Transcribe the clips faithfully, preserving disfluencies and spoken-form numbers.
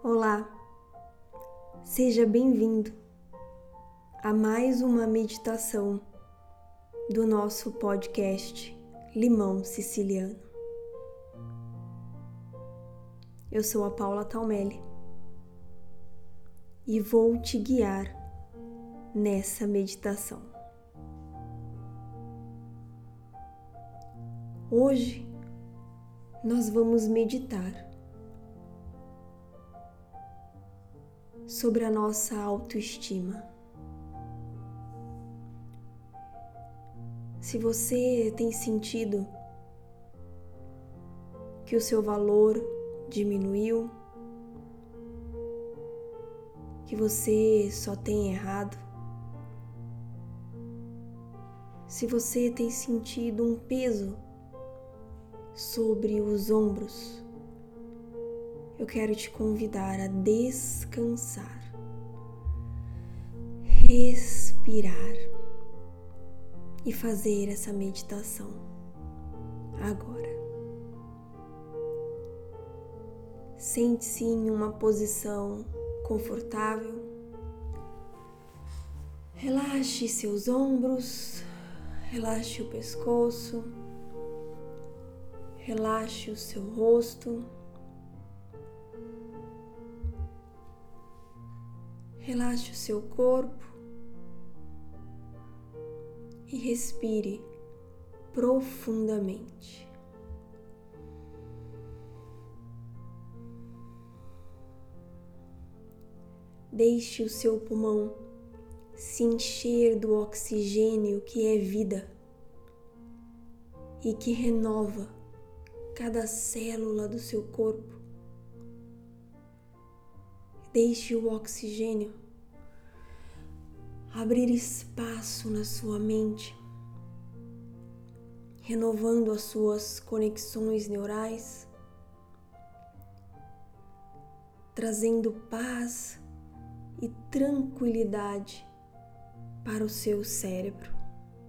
Olá, seja bem-vindo a mais uma meditação do nosso podcast Limão Siciliano. Eu sou a Paula Taumelli e vou te guiar nessa meditação. Hoje nós vamos meditar sobre a nossa autoestima. Se você tem sentido que o seu valor diminuiu, que você só tem errado, se você tem sentido um peso sobre os ombros, eu quero te convidar a descansar, respirar e fazer essa meditação agora. Sente-se em uma posição confortável. Relaxe seus ombros, relaxe o pescoço, relaxe o seu rosto. Relaxe o seu corpo e respire profundamente. Deixe o seu pulmão se encher do oxigênio que é vida e que renova cada célula do seu corpo. Deixe o oxigênio abrir espaço na sua mente, renovando as suas conexões neurais, trazendo paz e tranquilidade para o seu cérebro.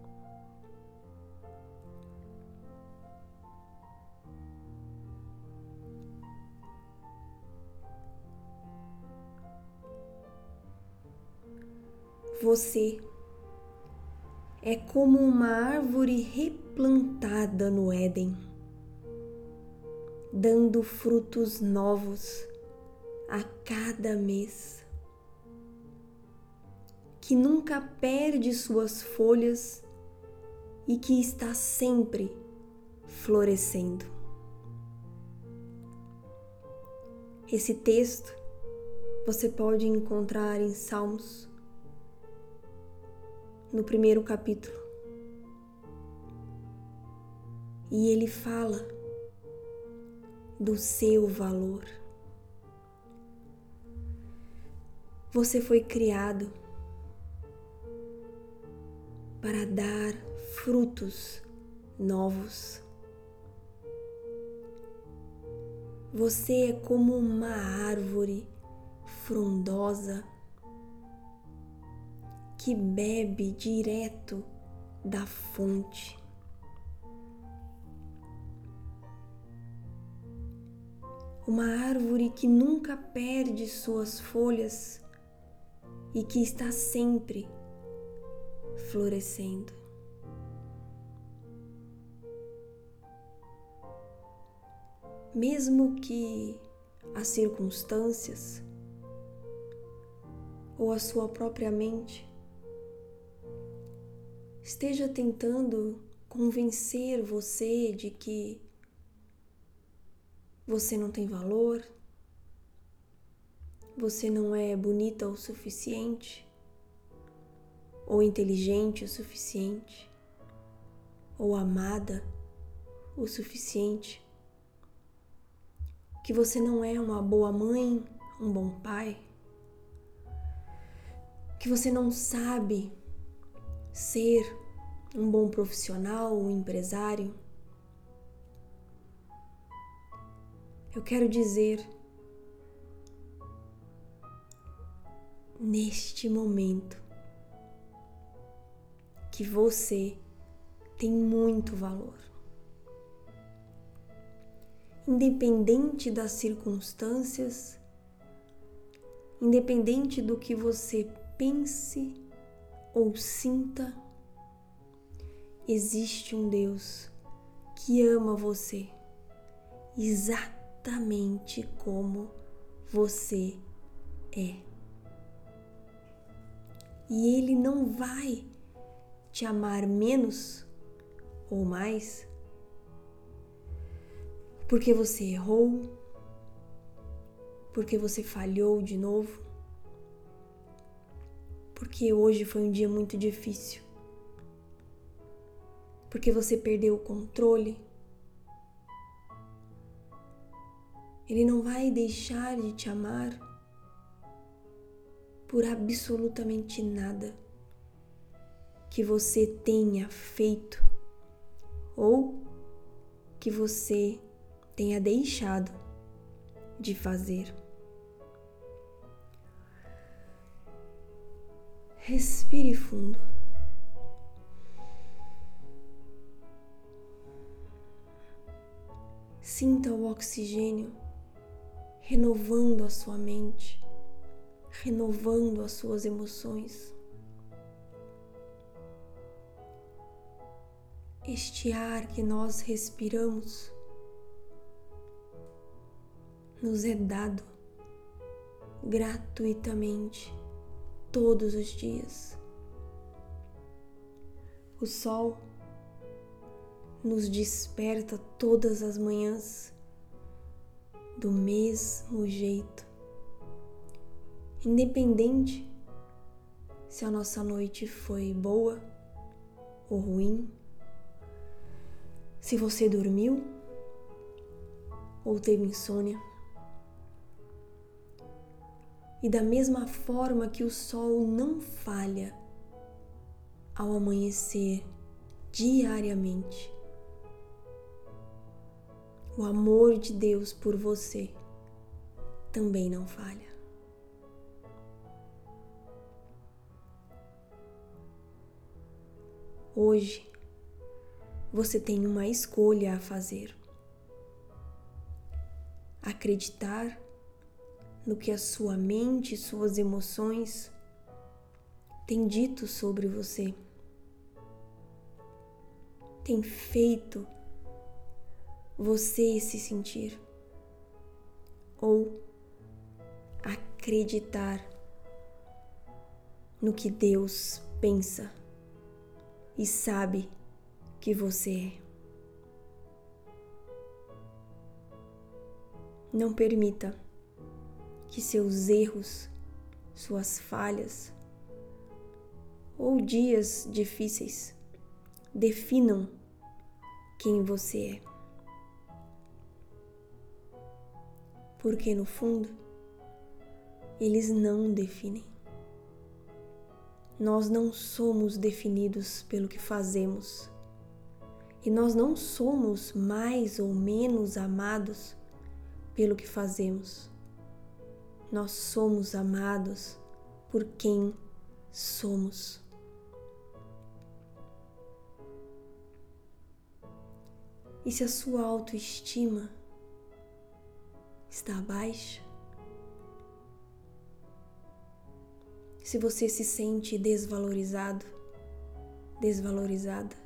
Você é como uma árvore replantada no Éden, dando frutos novos a cada mês, que nunca perde suas folhas e que está sempre florescendo. Esse texto você pode encontrar em Salmos, no primeiro capítulo, e ele fala do seu valor. Você foi criado para dar frutos novos. Você é como uma árvore frondosa que bebe direto da fonte. Uma árvore que nunca perde suas folhas e que está sempre florescendo. Mesmo que as circunstâncias ou a sua própria mente esteja tentando convencer você de que você não tem valor, você não é bonita o suficiente, ou inteligente o suficiente, ou amada o suficiente, que você não é uma boa mãe, um bom pai, que você não sabe ser um bom profissional, um empresário. Eu quero dizer, neste momento, que você tem muito valor. Independente das circunstâncias independente do que você pense ou sinta, existe um Deus que ama você exatamente como você é. E Ele não vai te amar menos ou mais porque você errou, porque você falhou de novo, porque hoje foi um dia muito difícil, porque você perdeu o controle. Ele não vai deixar de te amar por absolutamente nada que você tenha feito ou que você tenha deixado de fazer. Respire fundo. Sinta o oxigênio renovando a sua mente, renovando as suas emoções. Este ar que nós respiramos nos é dado gratuitamente todos os dias. O sol nos desperta todas as manhãs do mesmo jeito, independente se a nossa noite foi boa ou ruim, se você dormiu ou teve insônia. E da mesma forma que o sol não falha ao amanhecer diariamente, o amor de Deus por você também não falha. Hoje você tem uma escolha a fazer: acreditar no que a sua mente e suas emoções têm dito sobre você, tem feito você se sentir, ou acreditar no que Deus pensa e sabe que você é. Não permita que seus erros, suas falhas ou dias difíceis definam quem você é. Porque no fundo, eles não definem. Nós não somos definidos pelo que fazemos. E nós não somos mais ou menos amados pelo que fazemos. Nós somos amados por quem somos. E se a sua autoestima está baixa, se você se sente desvalorizado, desvalorizada,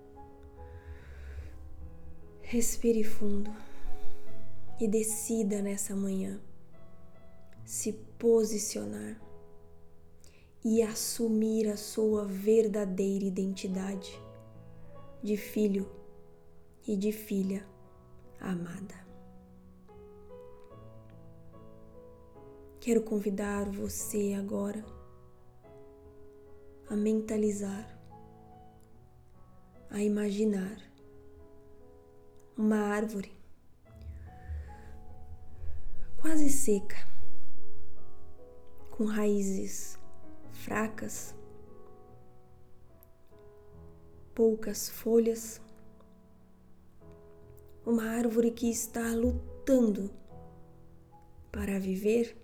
respire fundo e decida nessa manhã se posicionar e assumir a sua verdadeira identidade de filho e de filha amada. Quero convidar você agora a mentalizar, a imaginar uma árvore quase seca, com raízes fracas, poucas folhas, uma árvore que está lutando para viver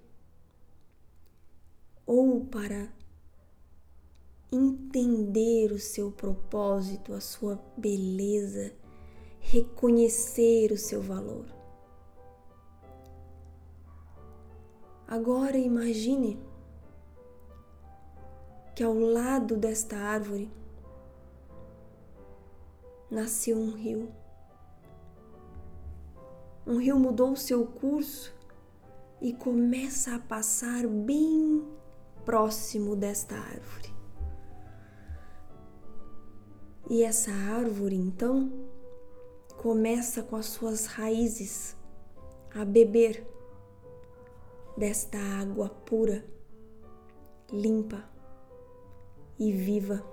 ou para entender o seu propósito, a sua beleza, reconhecer o seu valor. Agora imagine que ao lado desta árvore nasceu um rio. Um rio mudou seu curso e começa a passar bem próximo desta árvore. E essa árvore, então, começa com as suas raízes a beber desta água pura, limpa e viva.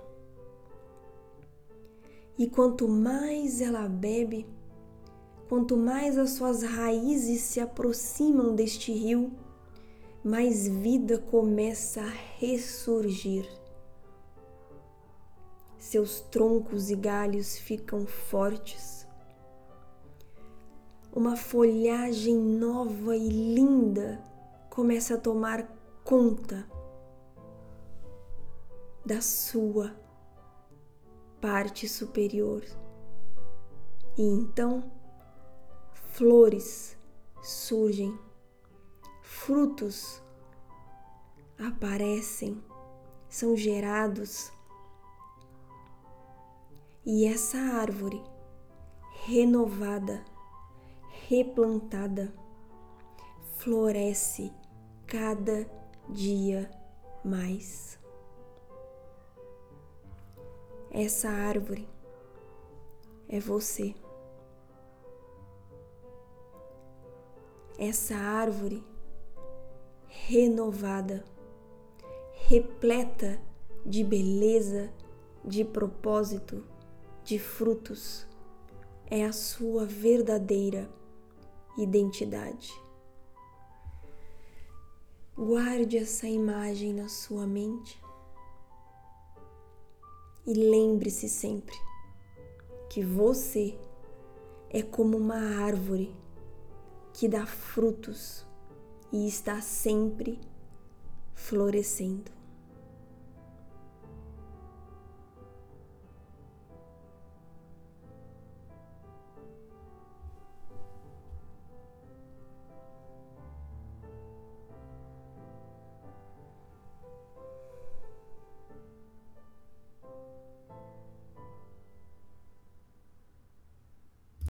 E quanto mais ela bebe, quanto mais as suas raízes se aproximam deste rio, mais vida começa a ressurgir. Seus troncos e galhos ficam fortes. Uma folhagem nova e linda começa a tomar conta da sua parte superior. E então, flores surgem, frutos aparecem, são gerados. E essa árvore renovada, replantada, floresce cada dia mais. Essa árvore é você. Essa árvore renovada, repleta de beleza, de propósito, de frutos, é a sua verdadeira identidade. Guarde essa imagem na sua mente e lembre-se sempre que você é como uma árvore que dá frutos e está sempre florescendo.